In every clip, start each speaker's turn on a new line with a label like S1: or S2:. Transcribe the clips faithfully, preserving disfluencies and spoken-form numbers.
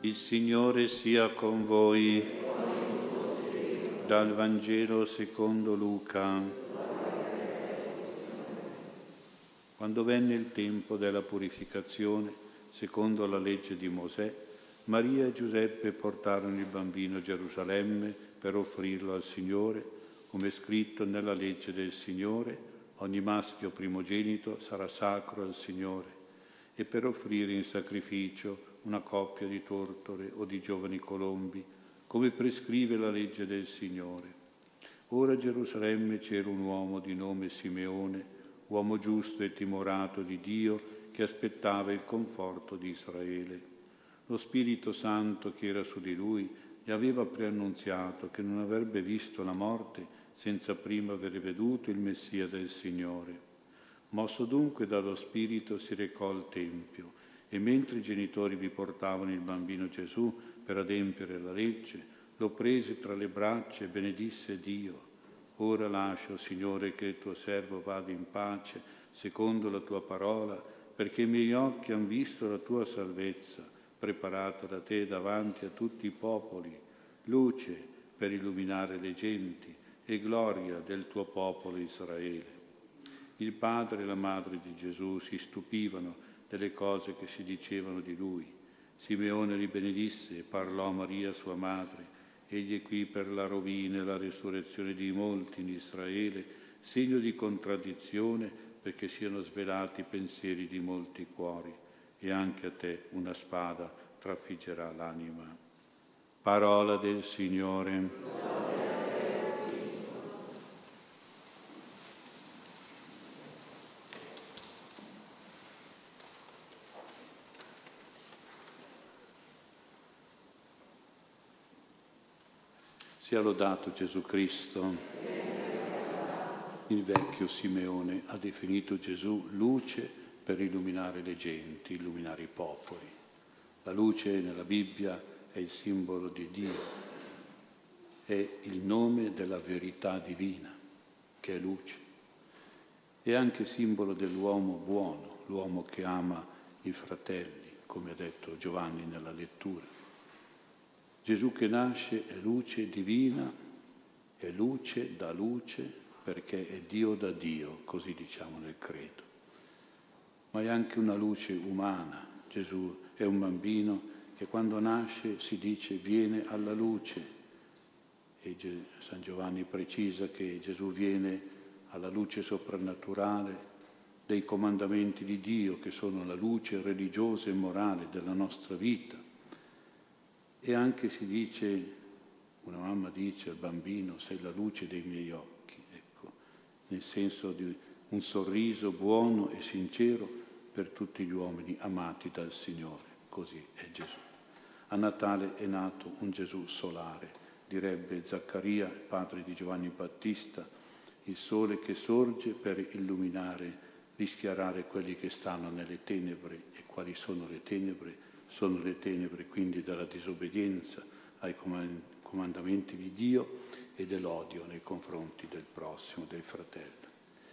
S1: Il Signore sia con voi. Dal Vangelo secondo Luca. Quando venne il tempo della purificazione, secondo la legge di Mosè, Maria e Giuseppe portarono il bambino a Gerusalemme per offrirlo al Signore, come è scritto nella legge del Signore: ogni maschio primogenito sarà sacro al Signore, e per offrire in sacrificio una coppia di tortore o di giovani colombi, come prescrive la legge del Signore. Ora a Gerusalemme c'era un uomo di nome Simeone, uomo giusto e timorato di Dio, che aspettava il conforto di Israele. Lo Spirito Santo che era su di lui gli aveva preannunziato che non avrebbe visto la morte senza prima aver veduto il Messia del Signore. Mosso dunque dallo Spirito si recò al Tempio, e mentre i genitori vi portavano il bambino Gesù per adempiere la legge, lo prese tra le braccia e benedisse Dio. Ora lascio, Signore, che il tuo servo vada in pace, secondo la tua parola, perché i miei occhi hanno visto la tua salvezza, preparata da te davanti a tutti i popoli, luce per illuminare le genti e gloria del tuo popolo Israele. Il padre e la madre di Gesù si stupivano delle cose che si dicevano di lui. Simeone li benedisse e parlò a Maria sua madre: egli è qui per la rovina e la risurrezione di molti in Israele, segno di contraddizione, perché siano svelati i pensieri di molti cuori, e anche a te una spada trafiggerà l'anima. Parola del Signore. Sia lodato Gesù Cristo. Il vecchio Simeone ha definito Gesù luce per illuminare le genti, illuminare i popoli. La luce nella Bibbia è il simbolo di Dio, è il nome della verità divina, che è luce. È anche simbolo dell'uomo buono, l'uomo che ama i fratelli, come ha detto Giovanni nella lettura. Gesù che nasce è luce divina, è luce da luce, perché è Dio da Dio, così diciamo nel credo. Ma è anche una luce umana. Gesù è un bambino che quando nasce si dice viene alla luce. E San Giovanni precisa che Gesù viene alla luce soprannaturale dei comandamenti di Dio, che sono la luce religiosa e morale della nostra vita. E anche si dice, una mamma dice al bambino: sei la luce dei miei occhi, ecco, nel senso di un sorriso buono e sincero per tutti gli uomini amati dal Signore. Così è Gesù. A Natale è nato un Gesù solare, direbbe Zaccaria, padre di Giovanni Battista, il sole che sorge per illuminare, rischiarare quelli che stanno nelle tenebre. E quali sono le tenebre? Sono le tenebre quindi della disobbedienza ai comandamenti di Dio e dell'odio nei confronti del prossimo, del fratello.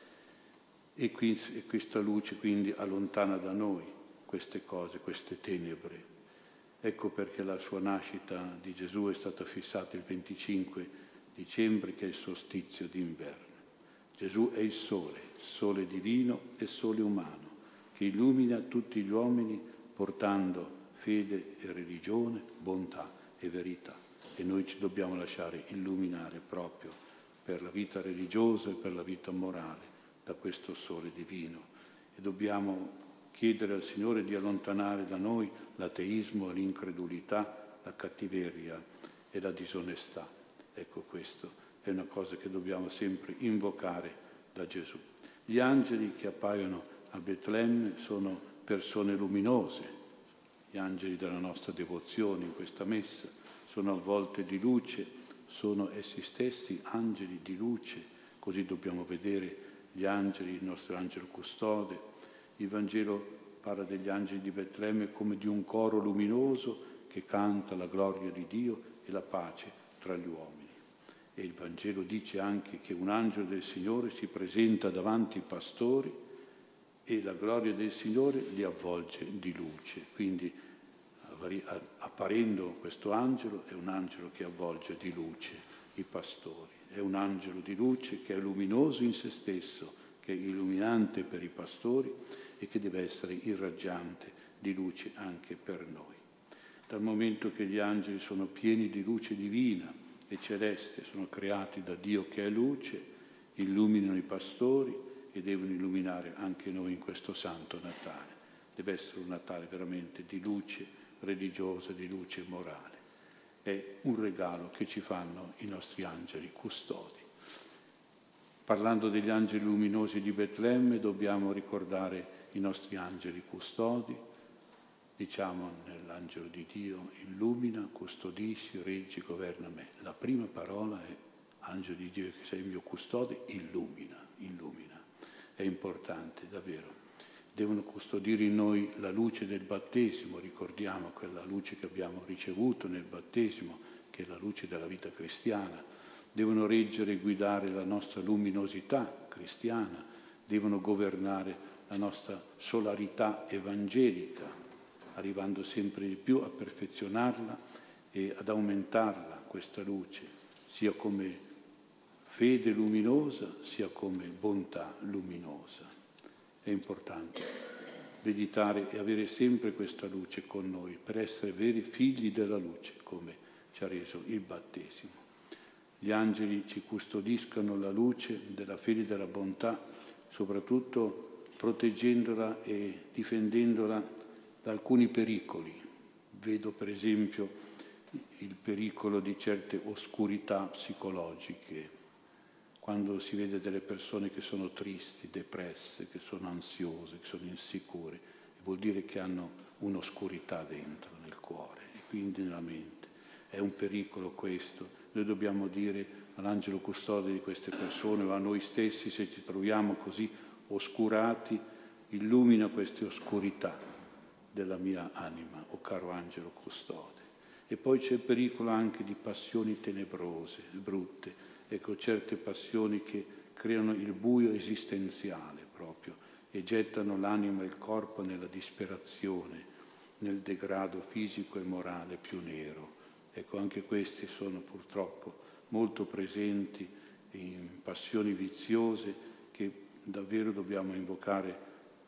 S1: E, qui, e questa luce quindi allontana da noi queste cose, queste tenebre. Ecco perché la sua nascita di Gesù è stata fissata il venticinque dicembre, che è il solstizio d'inverno. Gesù è il sole, sole divino e sole umano, che illumina tutti gli uomini portando fede e religione, bontà e verità. E noi ci dobbiamo lasciare illuminare proprio per la vita religiosa e per la vita morale da questo sole divino. E dobbiamo chiedere al Signore di allontanare da noi l'ateismo, l'incredulità, la cattiveria e la disonestà. Ecco, questo è una cosa che dobbiamo sempre invocare da Gesù. Gli angeli che appaiono a Betlemme sono persone luminose. Gli angeli della nostra devozione in questa messa sono avvolte di luce, sono essi stessi angeli di luce, così dobbiamo vedere gli angeli, il nostro angelo custode. Il Vangelo parla degli angeli di Betlemme come di un coro luminoso che canta la gloria di Dio e la pace tra gli uomini. E il Vangelo dice anche che un angelo del Signore si presenta davanti ai pastori e la gloria del Signore li avvolge di luce. Quindi apparendo questo angelo, è un angelo che avvolge di luce i pastori, è un angelo di luce che è luminoso in se stesso, che è illuminante per i pastori e che deve essere irraggiante di luce anche per noi. Dal momento che gli angeli sono pieni di luce divina e celeste, sono creati da Dio che è luce, illuminano i pastori e devono illuminare anche noi in questo Santo Natale. Deve essere un Natale veramente di luce religiosa, di luce morale. È un regalo che ci fanno i nostri angeli custodi. Parlando degli angeli luminosi di Betlemme, dobbiamo ricordare i nostri angeli custodi. Diciamo nell'angelo di Dio, illumina, custodisci, reggi, governa me. La prima parola è angelo di Dio che sei il mio custode, illumina, illumina. È importante, davvero. Devono custodire in noi la luce del battesimo, ricordiamo quella luce che abbiamo ricevuto nel battesimo, che è la luce della vita cristiana. Devono reggere e guidare la nostra luminosità cristiana, devono governare la nostra solarità evangelica, arrivando sempre di più a perfezionarla e ad aumentarla, questa luce, sia come fede luminosa, sia come bontà luminosa. È importante meditare e avere sempre questa luce con noi per essere veri figli della luce, come ci ha reso il battesimo. Gli angeli ci custodiscono la luce della fede e della bontà, soprattutto proteggendola e difendendola da alcuni pericoli. Vedo per esempio il pericolo di certe oscurità psicologiche, quando si vede delle persone che sono tristi, depresse, che sono ansiose, che sono insicure, vuol dire che hanno un'oscurità dentro, nel cuore e quindi nella mente. È un pericolo questo. Noi dobbiamo dire all'angelo custode di queste persone o a noi stessi, se ci troviamo così oscurati, illumina queste oscurità della mia anima, o caro angelo custode. E poi c'è il pericolo anche di passioni tenebrose, brutte, ecco, certe passioni che creano il buio esistenziale proprio e gettano l'anima e il corpo nella disperazione, nel degrado fisico e morale più nero. Ecco, anche questi sono purtroppo molto presenti in passioni viziose che davvero dobbiamo invocare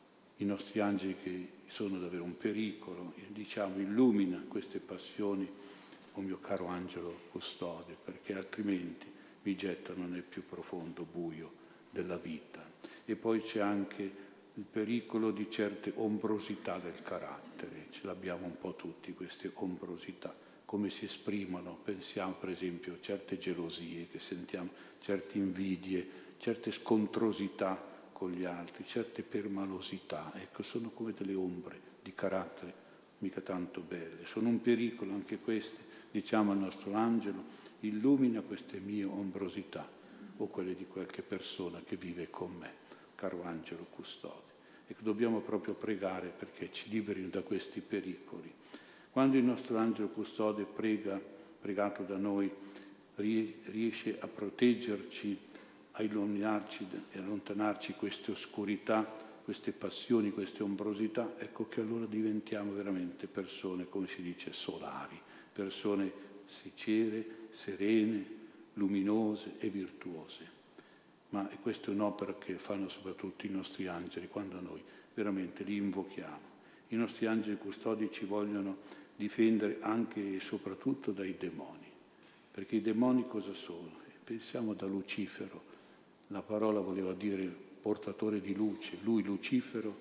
S1: i nostri angeli che sono davvero un pericolo, e diciamo illumina queste passioni, o mio caro angelo custode, perché altrimenti mi gettano nel più profondo buio della vita. E poi c'è anche il pericolo di certe ombrosità del carattere, ce l'abbiamo un po' tutti queste ombrosità, come si esprimono, pensiamo per esempio a certe gelosie che sentiamo, certe invidie, certe scontrosità con gli altri, certe permalosità, ecco, sono come delle ombre di carattere mica tanto belle, sono un pericolo anche queste. Diciamo al nostro angelo, illumina queste mie ombrosità o quelle di qualche persona che vive con me, caro angelo custode. E dobbiamo proprio pregare perché ci liberino da questi pericoli. Quando il nostro angelo custode prega, pregato da noi, riesce a proteggerci, a illuminarci e allontanarci queste oscurità, queste passioni, queste ombrosità, ecco che allora diventiamo veramente persone, come si dice, solari, persone sincere, serene, luminose e virtuose. Ma questa è un'opera che fanno soprattutto i nostri angeli quando noi veramente li invochiamo. I nostri angeli custodi ci vogliono difendere anche e soprattutto dai demoni, perché i demoni cosa sono? Pensiamo da Lucifero, la parola voleva dire portatore di luce, lui Lucifero,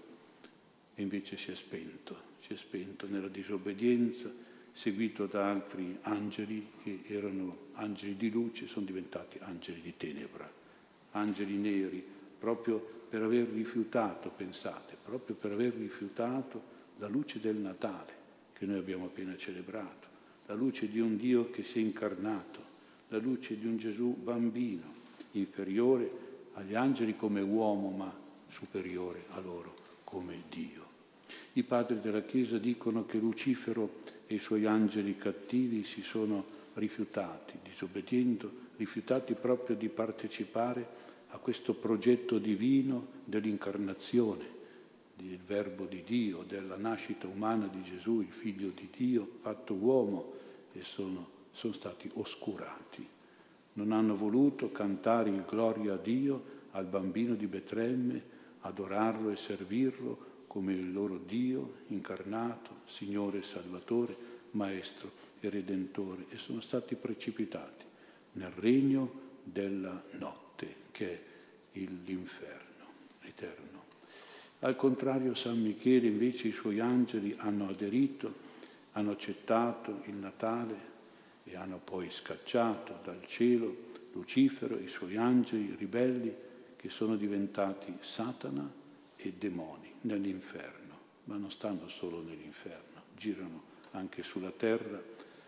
S1: e invece si è spento, si è spento nella disobbedienza, seguito da altri angeli che erano angeli di luce, sono diventati angeli di tenebra, angeli neri, proprio per aver rifiutato, pensate, proprio per aver rifiutato la luce del Natale che noi abbiamo appena celebrato, la luce di un Dio che si è incarnato, la luce di un Gesù bambino, inferiore agli angeli come uomo, ma superiore a loro come Dio. I padri della Chiesa dicono che Lucifero e i suoi angeli cattivi si sono rifiutati, disobbediendo, rifiutati proprio di partecipare a questo progetto divino dell'incarnazione, del Verbo di Dio, della nascita umana di Gesù, il Figlio di Dio, fatto uomo, e sono, sono stati oscurati. Non hanno voluto cantare il gloria a Dio al bambino di Betlemme, adorarlo e servirlo come il loro Dio incarnato, Signore e Salvatore, Maestro e Redentore, e sono stati precipitati nel regno della notte, che è l'inferno eterno. Al contrario, San Michele, invece, i suoi angeli hanno aderito, hanno accettato il Natale e hanno poi scacciato dal cielo Lucifero e i suoi angeli ribelli, che sono diventati Satana e demoni nell'inferno, ma non stanno solo nell'inferno, girano anche sulla terra.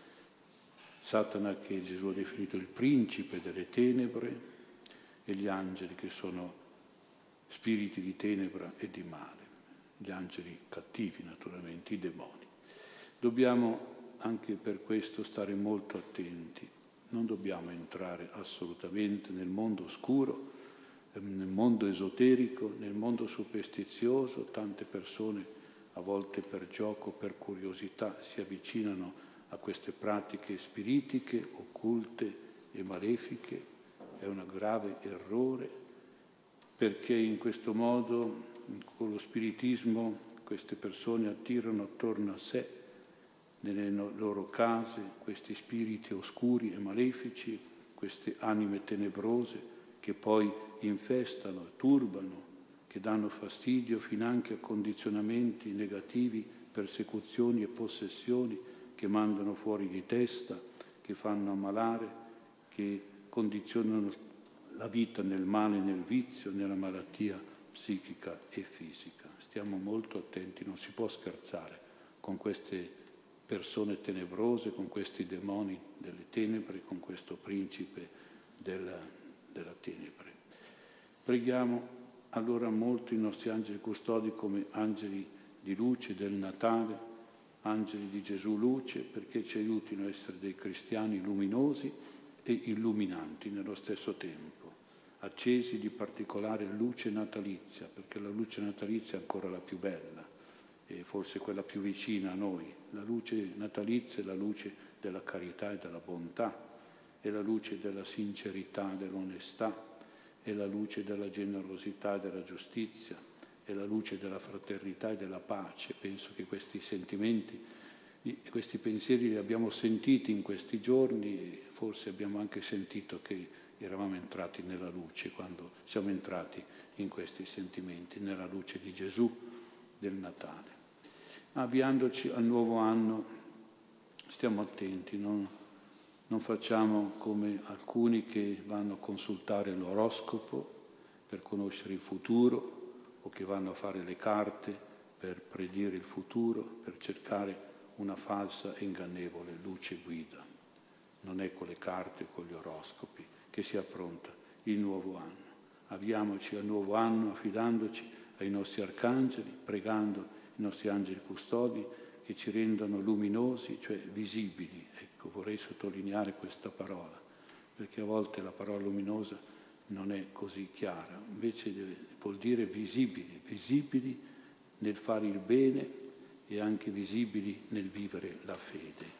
S1: Satana, che Gesù ha definito il principe delle tenebre, e gli angeli, che sono spiriti di tenebra e di male, gli angeli cattivi naturalmente, i demoni. Dobbiamo anche per questo stare molto attenti, non dobbiamo entrare assolutamente nel mondo oscuro, nel mondo esoterico, nel mondo superstizioso. Tante persone, a volte per gioco, per curiosità, si avvicinano a queste pratiche spiritiche, occulte e malefiche. È un grave errore, perché in questo modo, con lo spiritismo, queste persone attirano attorno a sé, nelle loro case, questi spiriti oscuri e malefici, queste anime tenebrose che poi infestano, turbano, che danno fastidio finanche a condizionamenti negativi, persecuzioni e possessioni, che mandano fuori di testa, che fanno ammalare, che condizionano la vita nel male, nel vizio, nella malattia psichica e fisica. Stiamo molto attenti, non si può scherzare con queste persone tenebrose, con questi demoni delle tenebre, con questo principe della, della tenebre. Preghiamo allora molto i nostri angeli custodi come angeli di luce del Natale, angeli di Gesù luce, perché ci aiutino a essere dei cristiani luminosi e illuminanti nello stesso tempo, accesi di particolare luce natalizia, perché la luce natalizia è ancora la più bella e forse quella più vicina a noi. La luce natalizia è la luce della carità e della bontà, è la luce della sincerità, dell'onestà, è la luce della generosità e della giustizia, è la luce della fraternità e della pace. Penso che questi sentimenti, questi pensieri li abbiamo sentiti in questi giorni, e forse abbiamo anche sentito che eravamo entrati nella luce quando siamo entrati in questi sentimenti, nella luce di Gesù del Natale. Avviandoci al nuovo anno, stiamo attenti, non, non facciamo come alcuni che vanno a consultare l'oroscopo per conoscere il futuro, o che vanno a fare le carte per predire il futuro, per cercare una falsa e ingannevole luce guida. Non è con le carte o con gli oroscopi che si affronta il nuovo anno. Avviamoci al nuovo anno affidandoci ai nostri arcangeli, pregando i nostri angeli custodi che ci rendano luminosi, cioè visibili. Ecco, vorrei sottolineare questa parola, perché a volte la parola luminosa non è così chiara, invece deve, vuol dire visibili, visibili nel fare il bene e anche visibili nel vivere la fede.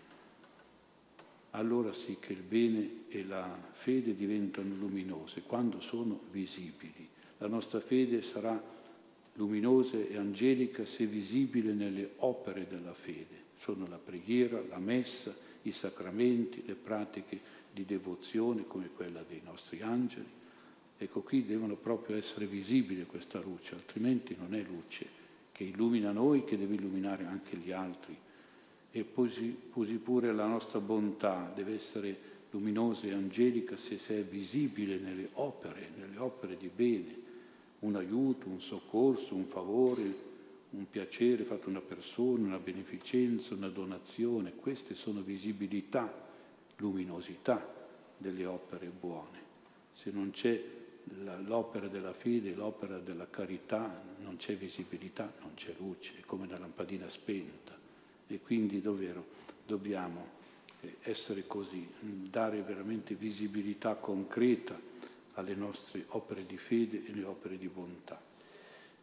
S1: Allora sì che il bene e la fede diventano luminose, quando sono visibili. La nostra fede sarà luminosa e angelica se visibile nelle opere della fede. Sono la preghiera, la messa, i sacramenti, le pratiche di devozione come quella dei nostri angeli. Ecco, qui devono proprio essere visibili questa luce, altrimenti non è luce che illumina noi, che deve illuminare anche gli altri. E così, così pure la nostra bontà deve essere luminosa e angelica se, se è visibile nelle opere, nelle opere di bene. Un aiuto, un soccorso, un favore, un piacere fatto a una persona, una beneficenza, una donazione. Queste sono visibilità, luminosità delle opere buone. Se non c'è l'opera della fede, l'opera della carità, non c'è visibilità, non c'è luce, è come una lampadina spenta. E quindi davvero dobbiamo essere così, dare veramente visibilità concreta alle nostre opere di fede e alle opere di bontà.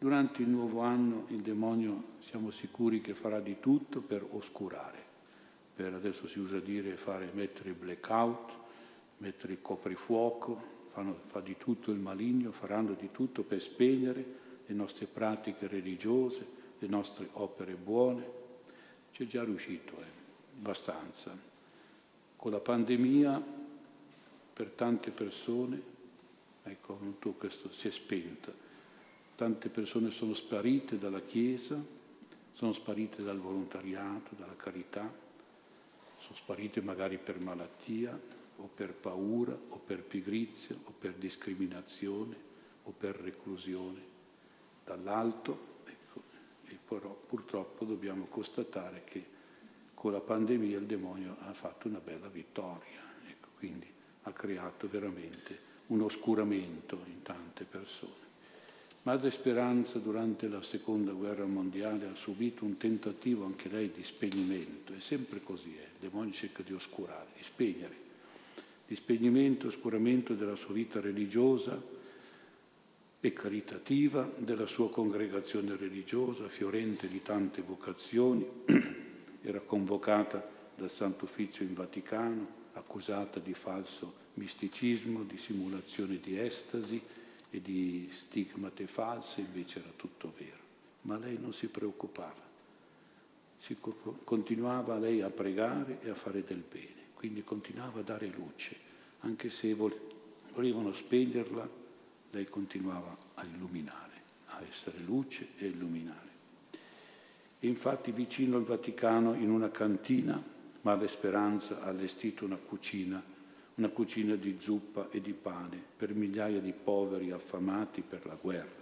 S1: Durante il nuovo anno il demonio siamo sicuri che farà di tutto per oscurare, per, adesso si usa dire, fare, mettere il blackout, mettere il coprifuoco, fanno, fa di tutto il maligno, faranno di tutto per spegnere le nostre pratiche religiose, le nostre opere buone. C'è già riuscito, eh, abbastanza. Con la pandemia, per tante persone, ecco, tutto questo si è spento. Tante persone sono sparite dalla Chiesa, sono sparite dal volontariato, dalla carità, sono sparite magari per malattia o per paura o per pigrizia o per discriminazione o per reclusione dall'alto. Ecco, e però purtroppo dobbiamo constatare che con la pandemia il demonio ha fatto una bella vittoria, ecco, quindi ha creato veramente un oscuramento in tante persone. Madre Speranza durante la Seconda Guerra Mondiale ha subito un tentativo anche lei di spegnimento, è sempre così, eh. Il demonio cerca di oscurare, di spegnere, di spegnimento, oscuramento della sua vita religiosa e caritativa, della sua congregazione religiosa, fiorente di tante vocazioni, era convocata dal Santo Uffizio in Vaticano, accusata di falso misticismo, di simulazione di estasi, e di stigmate false, invece era tutto vero. Ma lei non si preoccupava, si co- continuava lei a pregare e a fare del bene, quindi continuava a dare luce, anche se vol- volevano spegnerla, lei continuava a illuminare, a essere luce e illuminare. E infatti vicino al Vaticano, in una cantina, Madre Speranza ha allestito una cucina una cucina di zuppa e di pane per migliaia di poveri affamati per la guerra.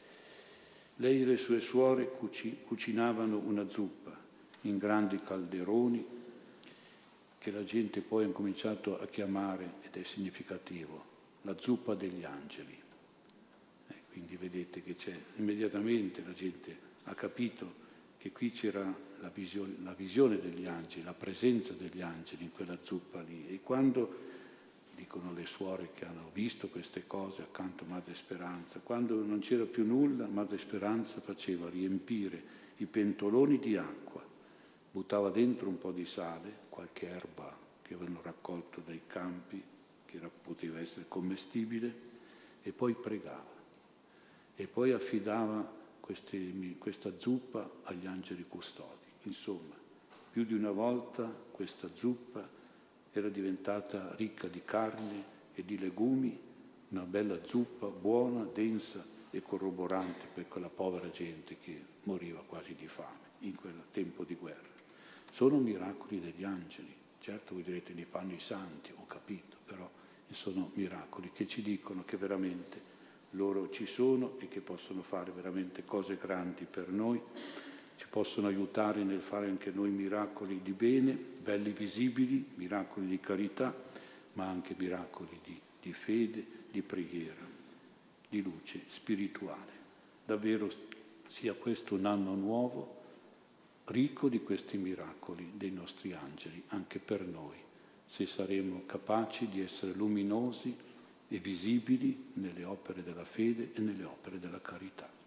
S1: Lei e le sue suore cuci- cucinavano una zuppa in grandi calderoni che la gente poi ha cominciato a chiamare, ed è significativo, la zuppa degli angeli. Eh, quindi vedete che c'è, immediatamente la gente ha capito che qui c'era la visione, la visione degli angeli, la presenza degli angeli in quella zuppa lì. E quando dicono le suore che hanno visto queste cose accanto a Madre Speranza, quando non c'era più nulla, Madre Speranza faceva riempire i pentoloni di acqua, buttava dentro un po' di sale, qualche erba che avevano raccolto dai campi, che era, poteva essere commestibile, e poi pregava. E poi affidava questi, questa zuppa agli angeli custodi. Insomma, più di una volta questa zuppa era diventata ricca di carne e di legumi, una bella zuppa buona, densa e corroborante per quella povera gente che moriva quasi di fame in quel tempo di guerra. Sono miracoli degli angeli, certo voi direte li fanno i santi, ho capito, però sono miracoli che ci dicono che veramente loro ci sono e che possono fare veramente cose grandi per noi, ci possono aiutare nel fare anche noi miracoli di bene, belli visibili, miracoli di carità, ma anche miracoli di, di fede, di preghiera, di luce spirituale. Davvero sia questo un anno nuovo, ricco di questi miracoli dei nostri angeli, anche per noi, se saremo capaci di essere luminosi e visibili nelle opere della fede e nelle opere della carità.